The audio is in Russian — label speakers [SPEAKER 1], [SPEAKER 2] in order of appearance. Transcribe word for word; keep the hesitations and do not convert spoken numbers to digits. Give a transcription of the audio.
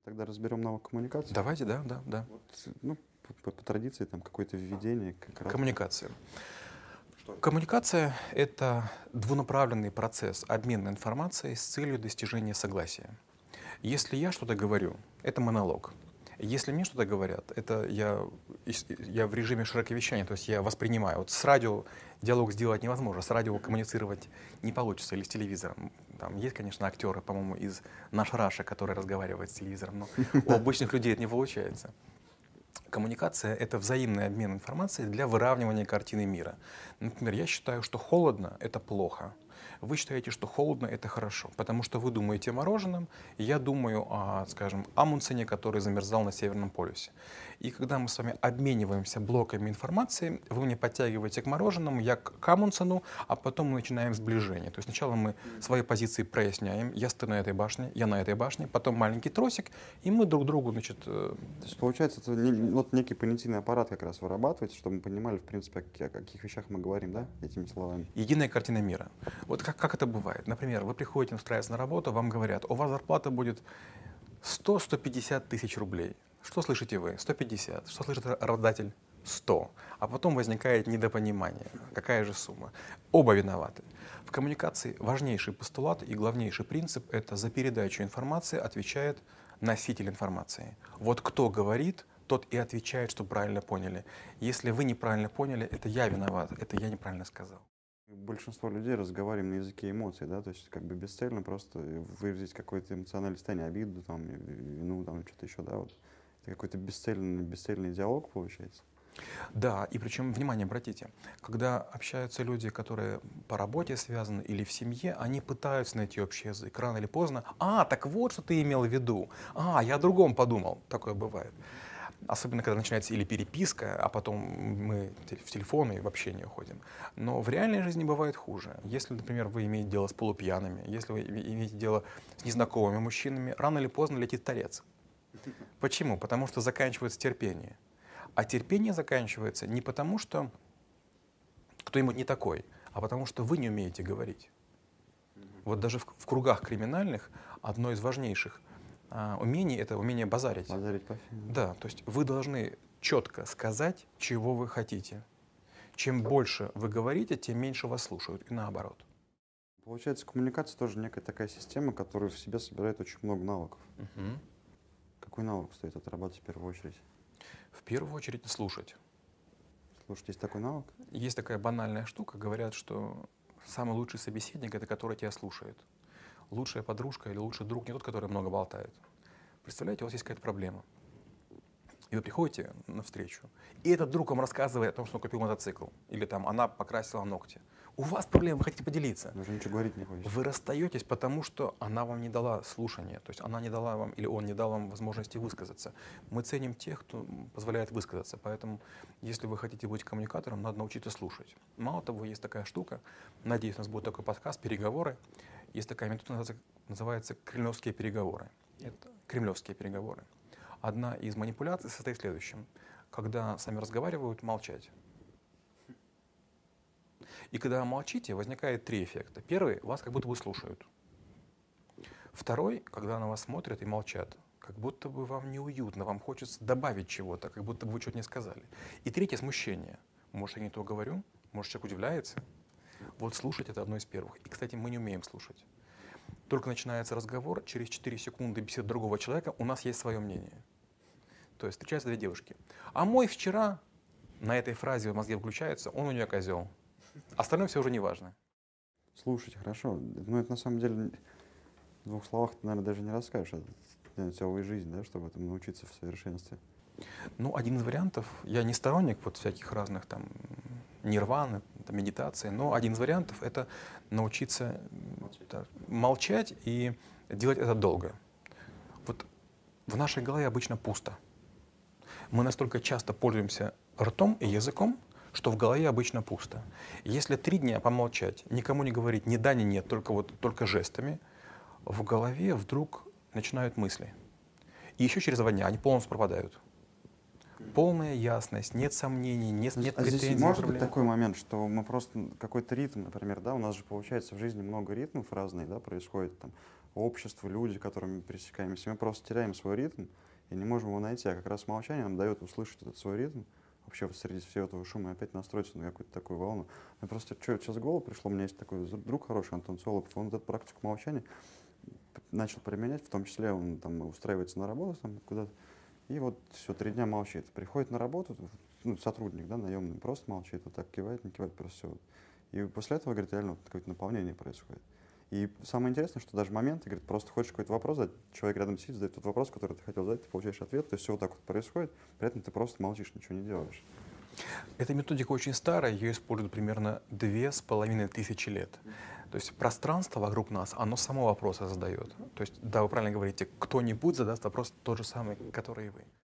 [SPEAKER 1] Тогда разберем навык коммуникации.
[SPEAKER 2] Давайте, да, да, да.
[SPEAKER 1] Вот, ну, по, по традиции, там какое-то введение. Как раз.
[SPEAKER 2] Коммуникация. Коммуникация — это двунаправленный процесс обмена информацией с целью достижения согласия. Если я что-то говорю, это монолог. Если мне что-то говорят, это я, я в режиме широковещания, то есть я воспринимаю. Вот с радио диалог сделать невозможно, с радио коммуницировать не получится, или с телевизором. Там есть, конечно, актеры, по-моему, из «Наш Раша», которые разговаривают с телевизором, но у обычных людей это не получается. Коммуникация — это взаимный обмен информацией для выравнивания картины мира. Например, я считаю, что холодно — это плохо. Вы считаете, что холодно — это хорошо, потому что вы думаете о мороженом, и я думаю о, скажем, Амундсене, который замерзал на Северном полюсе. И когда мы с вами обмениваемся блоками информации, вы мне подтягиваете к мороженому, я к Амундсену, а потом мы начинаем сближение. То есть сначала мы свои позиции проясняем, я стою на этой башне, я на этой башне, потом маленький тросик, и мы друг другу, значит...
[SPEAKER 1] То есть, получается, это не, вот некий понятийный аппарат как раз вырабатывается, чтобы мы понимали, в принципе, о каких, о каких вещах мы говорим, да, этими словами.
[SPEAKER 2] Единая картина мира. Вот как, как это бывает? Например, вы приходите устраиваться на работу, вам говорят, у вас зарплата будет сто — сто пятьдесят тысяч рублей. Что слышите вы? сто пятьдесят. Что слышит работодатель? сто. А потом возникает недопонимание. Какая же сумма? Оба виноваты. В коммуникации важнейший постулат и главнейший принцип — это за передачу информации отвечает носитель информации. Вот кто говорит, тот и отвечает, что правильно поняли. Если вы неправильно поняли, это я виноват, это я неправильно сказал.
[SPEAKER 1] Большинство людей разговариваем на языке эмоций, да, то есть как бы бесцельно просто выразить какое-то эмоциональное состояние, обиду, там, вину, там, что-то еще, да, вот. Это какой-то бесцельный, бесцельный диалог получается.
[SPEAKER 2] Да, и причем, внимание, обратите, когда общаются люди, которые по работе связаны или в семье, они пытаются найти общий язык. Рано или поздно, а, так вот, что ты имел в виду, а, я о другом подумал, такое бывает. Особенно, когда начинается или переписка, а потом мы в телефоны и в общение уходим. Но в реальной жизни бывает хуже. Если, например, вы имеете дело с полупьяными, если вы имеете дело с незнакомыми мужчинами, рано или поздно летит торец. Почему? Потому что заканчивается терпение. А терпение заканчивается не потому, что кто-нибудь не такой, а потому что вы не умеете говорить. Вот даже в, в кругах криминальных одно из важнейших а, умений — это умение базарить.
[SPEAKER 1] Базарить по фильму.
[SPEAKER 2] Да, то есть вы должны четко сказать, чего вы хотите. Чем больше вы говорите, тем меньше вас слушают, и наоборот.
[SPEAKER 1] Получается, коммуникация тоже некая такая система, которая в себе собирает очень много навыков.
[SPEAKER 2] Угу.
[SPEAKER 1] Какой навык стоит отрабатывать в первую очередь?
[SPEAKER 2] В первую очередь слушать.
[SPEAKER 1] Слушать, есть такой навык?
[SPEAKER 2] Есть такая банальная штука, говорят, что самый лучший собеседник — это который тебя слушает. Лучшая подружка или лучший друг не тот, который много болтает. Представляете, у вас есть какая-то проблема. И вы приходите на встречу, и этот друг вам рассказывает о том, что он купил мотоцикл, или там она покрасила ногти. У вас проблема, вы хотите поделиться.
[SPEAKER 1] Даже ничего говорить не хочется.
[SPEAKER 2] Вы расстаетесь, потому что она вам не дала слушания, то есть она не дала вам, или он не дал вам возможности высказаться. Мы ценим тех, кто позволяет высказаться, поэтому если вы хотите быть коммуникатором, надо научиться слушать. Мало того, есть такая штука, надеюсь, у нас будет такой подкаст, переговоры. Есть такая методика, называется, называется кремлевские переговоры. Это кремлевские переговоры. Одна из манипуляций состоит в следующем. Когда сами разговаривают, молчать. И когда молчите, возникает три эффекта. Первый, вас как будто бы слушают. Второй, когда на вас смотрят и молчат, как будто бы вам неуютно, вам хочется добавить чего-то, как будто бы вы что-то не сказали. И третье, смущение. Может, я не то говорю, может, человек удивляется. Вот слушать — это одно из первых. И, кстати, мы не умеем слушать. Только начинается разговор, через четыре секунды беседы другого человека, у нас есть свое мнение. То есть встречаются две девушки. А мой вчера, на этой фразе в мозге включается, он у нее козел. Остальное все уже не важно.
[SPEAKER 1] Слушать, хорошо. Ну, это на самом деле в двух словах ты, наверное, даже не расскажешь. Это целая жизнь, да, чтобы этому научиться в совершенстве.
[SPEAKER 2] Ну, один из вариантов, я не сторонник вот всяких разных там нирваны, там, медитации, но один из вариантов — это научиться молчать. Да, молчать и делать это долго. Вот в нашей голове обычно пусто. Мы настолько часто пользуемся ртом и языком, что в голове обычно пусто. Если три дня помолчать, никому не говорить ни да, ни нет, только, вот, только жестами, в голове вдруг начинают мысли. И еще через два дня они полностью пропадают. Полная ясность, нет сомнений, нет, нет
[SPEAKER 1] а
[SPEAKER 2] претензий.
[SPEAKER 1] Здесь может
[SPEAKER 2] проблем.
[SPEAKER 1] быть такой момент, что мы просто какой-то ритм, например, да, у нас же получается в жизни много ритмов разных, да, происходит там общество, люди, которыми мы пересекаемся. Мы просто теряем свой ритм и не можем его найти. А как раз молчание нам дает услышать этот свой ритм, вообще вот среди всего этого шума опять настроиться на какую-то такую волну. Мне просто что, сейчас в голову пришло, у меня есть такой друг хороший, Антон Солопов, он вот эту практику молчания начал применять, в том числе он там устраивается на работу там куда-то, и вот все, три дня молчит. Приходит на работу, ну, сотрудник, да, наемный, просто молчит, вот так кивает, не кивает, просто все. И после этого, говорит, реально вот какое-то наполнение происходит. И самое интересное, что даже моменты, говорит, просто хочешь какой-то вопрос задать, человек рядом сидит, задает тот вопрос, который ты хотел задать, ты получаешь ответ, то есть все вот так вот происходит, при этом ты просто молчишь, ничего не делаешь.
[SPEAKER 2] Эта методика очень старая, ее используют примерно две с половиной тысячи лет. То есть пространство вокруг нас, оно само вопросы задает. То есть, да, вы правильно говорите, кто-нибудь задаст вопрос тот же самый, который и вы.